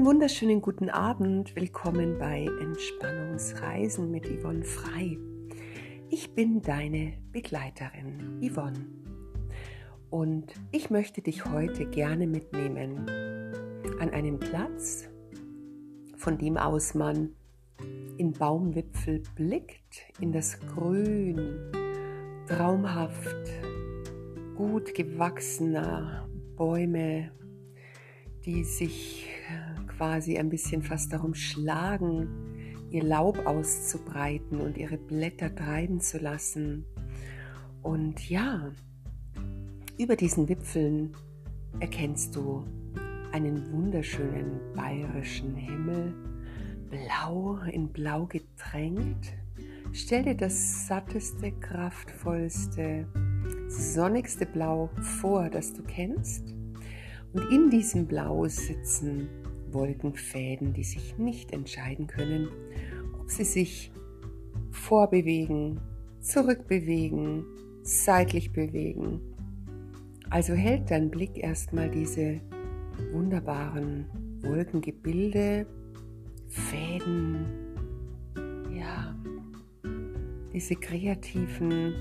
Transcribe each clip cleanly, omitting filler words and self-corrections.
Einen wunderschönen guten Abend. Willkommen bei Entspannungsreisen mit Yvonne Frei. Ich bin deine Begleiterin Yvonne und ich möchte dich heute gerne mitnehmen an einen Platz, von dem aus man in Baumwipfel blickt, in das Grün, traumhaft, gut gewachsener Bäume, die sich quasi ein bisschen fast darum schlagen, ihr Laub auszubreiten und ihre Blätter treiben zu lassen. Und ja, über diesen Wipfeln erkennst du einen wunderschönen bayerischen Himmel, blau in blau getränkt. Stell dir das satteste, kraftvollste, sonnigste Blau vor, das du kennst. Und in diesem Blau sitzen Wolkenfäden, die sich nicht entscheiden können, ob sie sich vorbewegen, zurückbewegen, seitlich bewegen. Also hält dein Blick erstmal diese wunderbaren Wolkengebilde, Fäden, ja, diese kreativen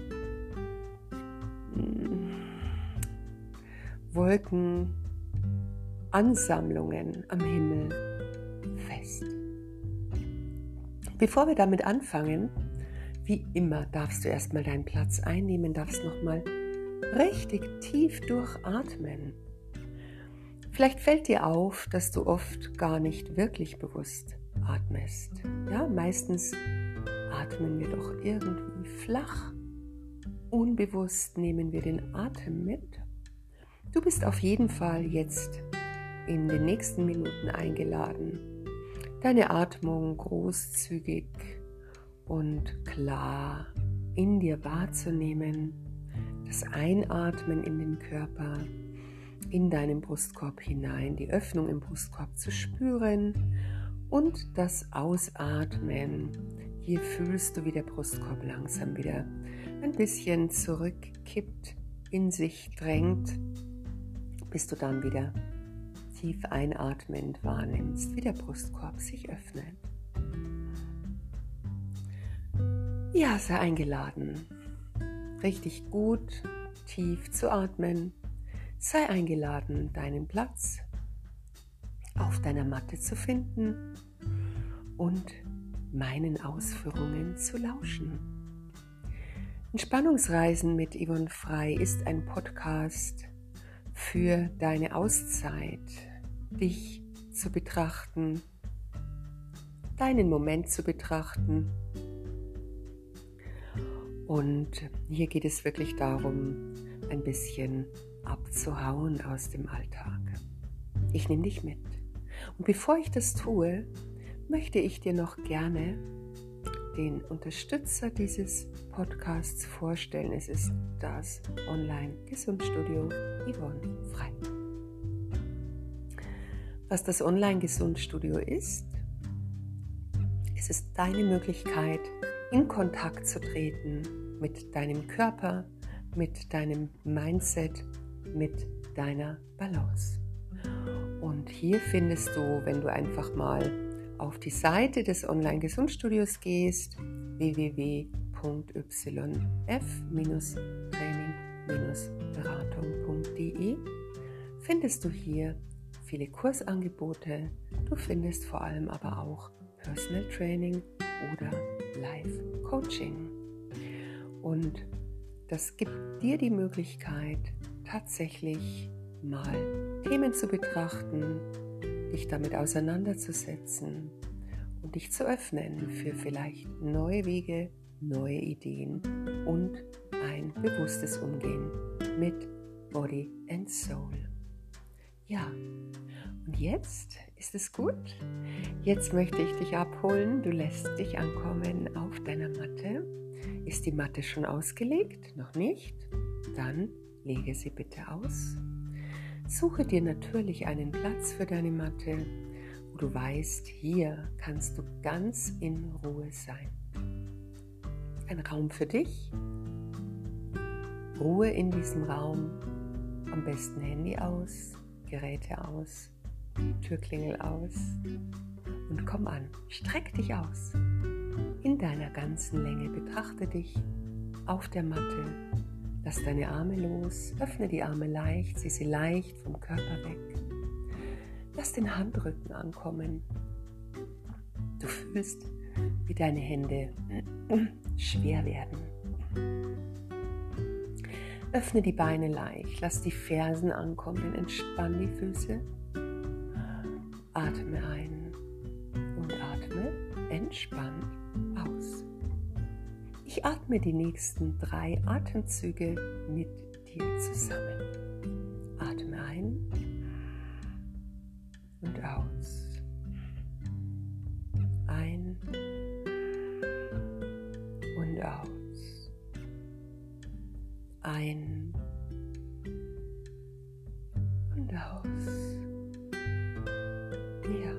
Wolkenansammlungen am Himmel fest. Bevor wir damit anfangen, wie immer darfst du erstmal deinen Platz einnehmen, darfst nochmal richtig tief durchatmen. Vielleicht fällt dir auf, dass du oft gar nicht wirklich bewusst atmest. Ja, meistens atmen wir doch irgendwie flach. Unbewusst nehmen wir den Atem mit. Du bist auf jeden Fall jetzt in den nächsten Minuten eingeladen, deine Atmung großzügig und klar in dir wahrzunehmen, das Einatmen in den Körper, in deinen Brustkorb hinein, die Öffnung im Brustkorb zu spüren und das Ausatmen. Hier fühlst du, wie der Brustkorb langsam wieder ein bisschen zurückkippt, in sich drängt, bis du dann wieder tief einatmend wahrnimmst, wie der Brustkorb sich öffnet. Ja, sei eingeladen, richtig gut, tief zu atmen. Sei eingeladen, deinen Platz auf deiner Matte zu finden und meinen Ausführungen zu lauschen. Entspannungsreisen mit Yvonne Frei ist ein Podcast für deine Auszeit, dich zu betrachten, deinen Moment zu betrachten. Und hier geht es wirklich darum, ein bisschen abzuhauen aus dem Alltag. Ich nehme dich mit. Und bevor ich das tue, möchte ich dir noch gerne den Unterstützer dieses Podcasts vorstellen. Es ist das Online-Gesundstudio Yvonne Frei. Was das Online-Gesundstudio ist, es ist deine Möglichkeit, in Kontakt zu treten mit deinem Körper, mit deinem Mindset, mit deiner Balance. Und hier findest du, wenn du einfach mal auf die Seite des Online-Gesundstudios gehst, www.yf-training-beratung.de, findest du hier viele Kursangebote. Du findest vor allem aber auch Personal Training oder Life Coaching. Und das gibt dir die Möglichkeit, tatsächlich mal Themen zu betrachten, dich damit auseinanderzusetzen und dich zu öffnen für vielleicht neue Wege, neue Ideen und ein bewusstes Umgehen mit Body and Soul. Ja, und jetzt ist es gut. Jetzt möchte ich dich abholen. Du lässt dich ankommen auf deiner Matte. Ist die Matte schon ausgelegt? Noch nicht? Dann lege sie bitte aus. Suche dir natürlich einen Platz für deine Matte, wo du weißt, hier kannst du ganz in Ruhe sein. Ein Raum für dich. Ruhe in diesem Raum. Am besten Handy aus, Geräte aus. Türklingel aus und komm an. Streck dich aus. In deiner ganzen Länge betrachte dich auf der Matte. Lass deine Arme los, öffne die Arme leicht, zieh sie leicht vom Körper weg. Lass den Handrücken ankommen. Du fühlst, wie deine Hände schwer werden. Öffne die Beine leicht, lass die Fersen ankommen, entspann die Füße. Atme ein und atme entspannt aus. Ich atme die nächsten 3 Atemzüge mit dir zusammen. Atme ein und aus. Ein und aus. Ein und aus. Ja.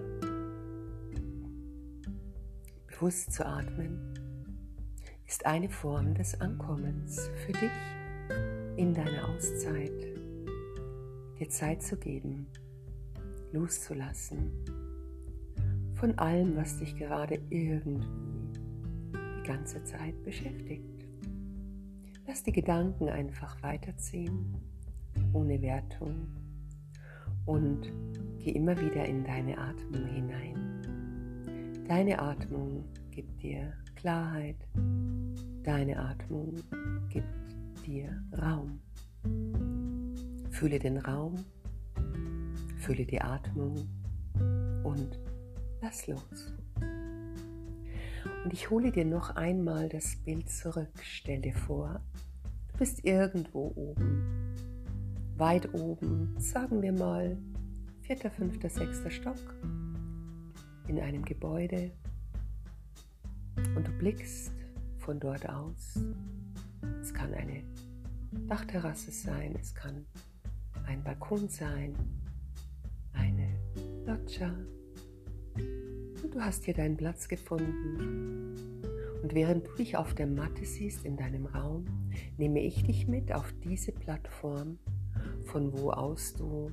Bewusst zu atmen ist eine Form des Ankommens für dich in deiner Auszeit, dir Zeit zu geben, loszulassen von allem, was dich gerade irgendwie die ganze Zeit beschäftigt. Lass die Gedanken einfach weiterziehen, ohne Wertung, und geh immer wieder in deine Atmung hinein. Deine Atmung gibt dir Klarheit, deine Atmung gibt dir Raum. Fühle den Raum, fühle die Atmung und lass los. Und ich hole dir noch einmal das Bild zurück. Stell dir vor, du bist irgendwo oben, weit oben, sagen wir mal 4., 5., 6. Stock in einem Gebäude, und du blickst von dort aus. Es kann eine Dachterrasse sein, es kann ein Balkon sein, eine Loggia, und du hast hier deinen Platz gefunden. Und während du dich auf der Matte siehst in deinem Raum, nehme ich dich mit auf diese Plattform, von wo aus du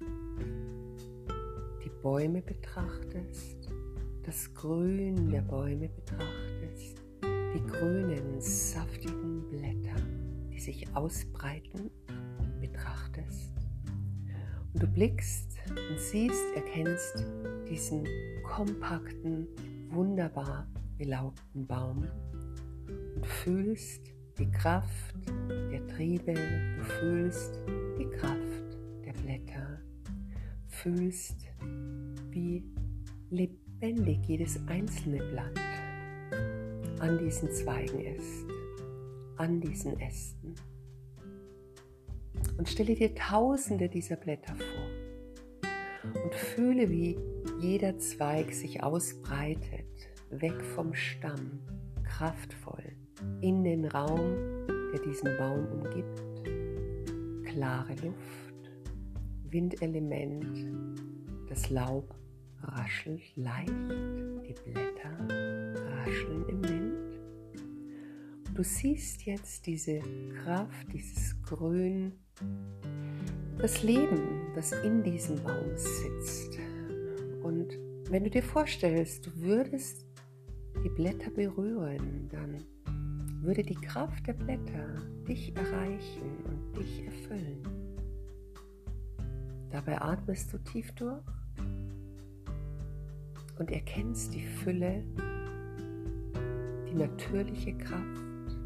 die Bäume betrachtest, das Grün der Bäume betrachtest, die grünen, saftigen Blätter, die sich ausbreiten, betrachtest. Und du blickst und siehst, erkennst diesen kompakten, wunderbar belaubten Baum und fühlst die Kraft der Triebe, du fühlst die Kraft der Blätter, fühlst, wie lebendig jedes einzelne Blatt an diesen Zweigen ist, an diesen Ästen. Und stelle dir tausende dieser Blätter vor und fühle, wie jeder Zweig sich ausbreitet, weg vom Stamm, kraftvoll, in den Raum, der diesen Baum umgibt. Klare Luft, Windelement, das Laub raschelt leicht, die Blätter rascheln im Wind. Und du siehst jetzt diese Kraft, dieses Grün, das Leben, das in diesem Baum sitzt. Und wenn du dir vorstellst, du würdest die Blätter berühren, dann würde die Kraft der Blätter dich erreichen und dich erfüllen. Dabei atmest du tief durch und erkennst die Fülle, die natürliche Kraft.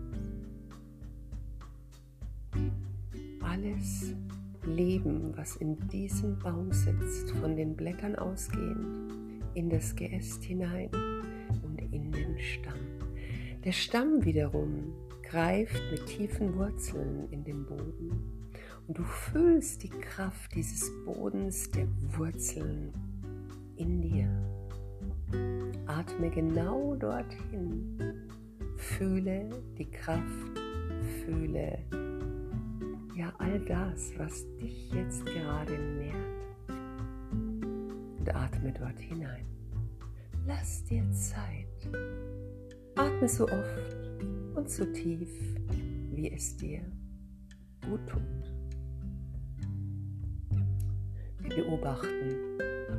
Alles Leben, was in diesem Baum sitzt, von den Blättern ausgehend, in das Geäst hinein und in den Stamm. Der Stamm wiederum greift mit tiefen Wurzeln in den Boden und du fühlst die Kraft dieses Bodens, der Wurzeln in dir. Atme genau dorthin, fühle die Kraft, fühle ja all das, was dich jetzt gerade nährt, und atme dort hinein. Lass dir Zeit. Atme so oft und so tief, wie es dir gut tut. Wir beobachten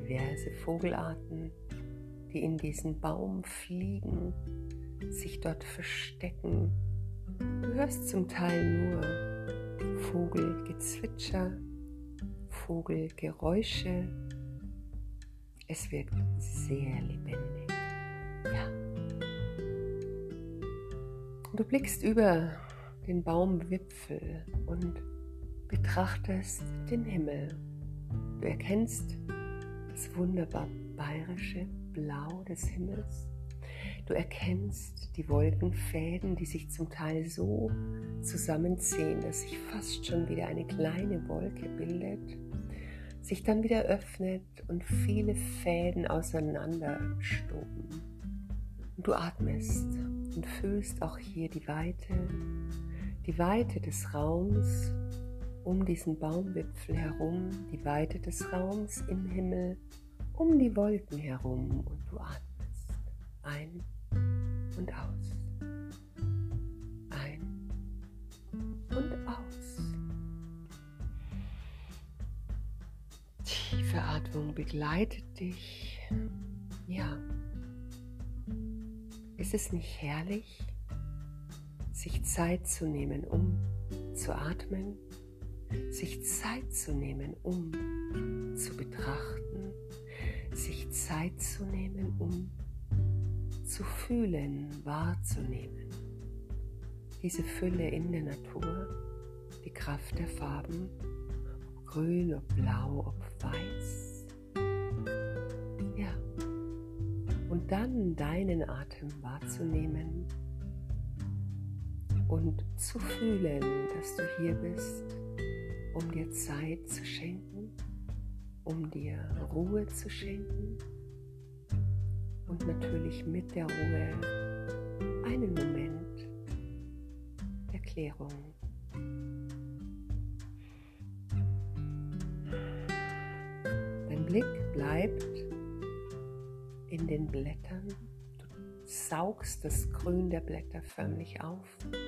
diverse Vogelarten, die in diesen Baum fliegen, sich dort verstecken. Du hörst zum Teil nur Vogelgezwitscher, Vogelgeräusche. Es wirkt sehr lebendig. Ja. Und du blickst über den Baumwipfel und betrachtest den Himmel. Du erkennst das wunderbar bayerische Blau des Himmels. Du erkennst die Wolkenfäden, die sich zum Teil so zusammenziehen, dass sich fast schon wieder eine kleine Wolke bildet, sich dann wieder öffnet und viele Fäden auseinanderstoben. Und du atmest und fühlst auch hier die Weite des Raums um diesen Baumwipfel herum, die Weite des Raums im Himmel, um die Wolken herum, und du atmest ein und aus, ein und aus. Tiefe Atmung begleitet dich. Ja, ist es nicht herrlich, sich Zeit zu nehmen, um zu atmen, sich Zeit zu nehmen, um zu betrachten, sich Zeit zu nehmen, um zu fühlen, wahrzunehmen. Diese Fülle in der Natur, die Kraft der Farben, ob grün, ob blau, ob weiß. Ja. Und dann deinen Atem wahrzunehmen und zu fühlen, dass du hier bist, um dir Zeit zu schenken, um dir Ruhe zu schenken und natürlich mit der Ruhe einen Moment der Klärung. Dein Blick bleibt in den Blättern. Du saugst das Grün der Blätter förmlich auf.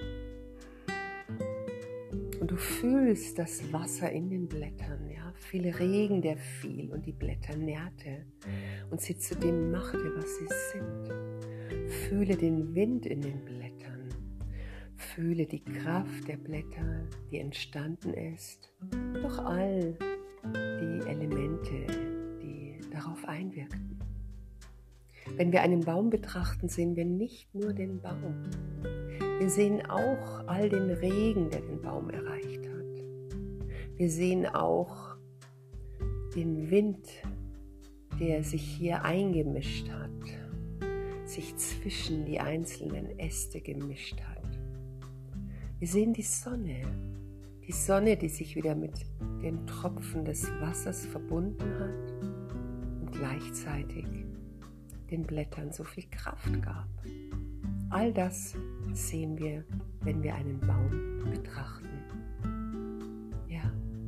Und du fühlst das Wasser in den Blättern, ja, viel Regen, der fiel und die Blätter nährte und sie zu dem machte, was sie sind. Fühle den Wind in den Blättern, fühle die Kraft der Blätter, die entstanden ist, durch all die Elemente, die darauf einwirkten. Wenn wir einen Baum betrachten, sehen wir nicht nur den Baum. Wir sehen auch all den Regen, der den Baum erreicht hat. Wir sehen auch den Wind, der sich hier eingemischt hat, sich zwischen die einzelnen Äste gemischt hat. Wir sehen die Sonne, die sich wieder mit den Tropfen des Wassers verbunden hat und gleichzeitig den Blättern so viel Kraft gab. All das sehen wir, wenn wir einen Baum betrachten. Ja.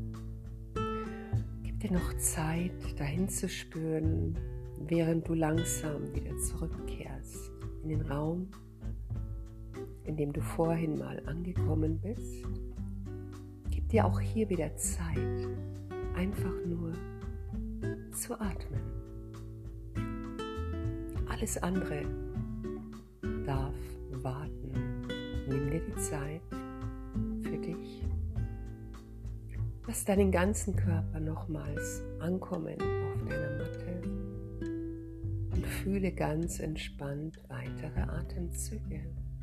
Gib dir noch Zeit, dahin zu spüren, während du langsam wieder zurückkehrst in den Raum, in dem du vorhin mal angekommen bist. Gib dir auch hier wieder Zeit, einfach nur zu atmen. Alles andere darf warten. Nimm dir die Zeit für dich. Lass deinen ganzen Körper nochmals ankommen auf deiner Matte und fühle ganz entspannt weitere Atemzüge.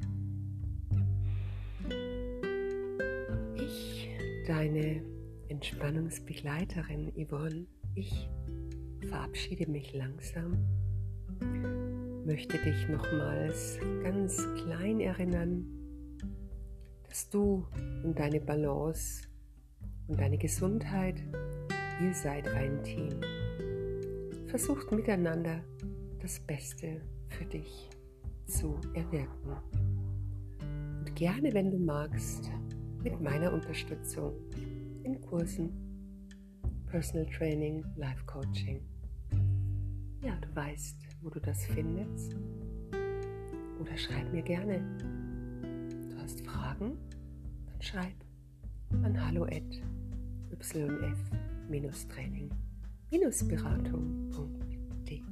Ich, deine Entspannungsbegleiterin Yvonne, ich verabschiede mich langsam, möchte dich nochmals ganz klein erinnern, dass du und deine Balance und deine Gesundheit, ihr seid ein Team. Versucht miteinander das Beste für dich zu erwirken. Und gerne, wenn du magst, mit meiner Unterstützung in Kursen, Personal Training, Life Coaching. Ja, du weißt, wo du das findest. Oder schreib mir gerne. Du hast Fragen? Dann schreib an hallo@yf-training.de. www.yoga-beratung.de.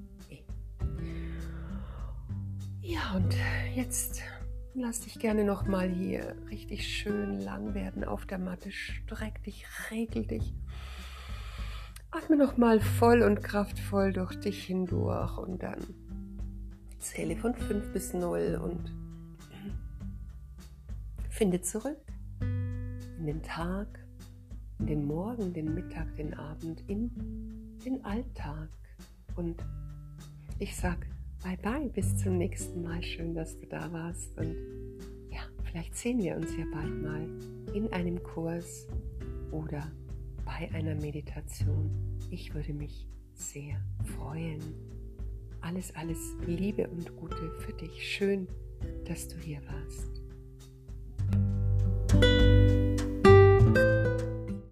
Ja, und jetzt lass dich gerne nochmal hier richtig schön lang werden auf der Matte. Streck dich, regel dich. Atme nochmal voll und kraftvoll durch dich hindurch und dann zähle von 5 bis 0 und finde zurück in den Tag, in den Morgen, den Mittag, den Abend, in den Alltag. Und ich sage bye bye, bis zum nächsten Mal. Schön, dass du da warst. Und ja, vielleicht sehen wir uns ja bald mal in einem Kurs oder bei einer Meditation. Ich würde mich sehr freuen. Alles Liebe und Gute für dich. Schön, dass du hier warst.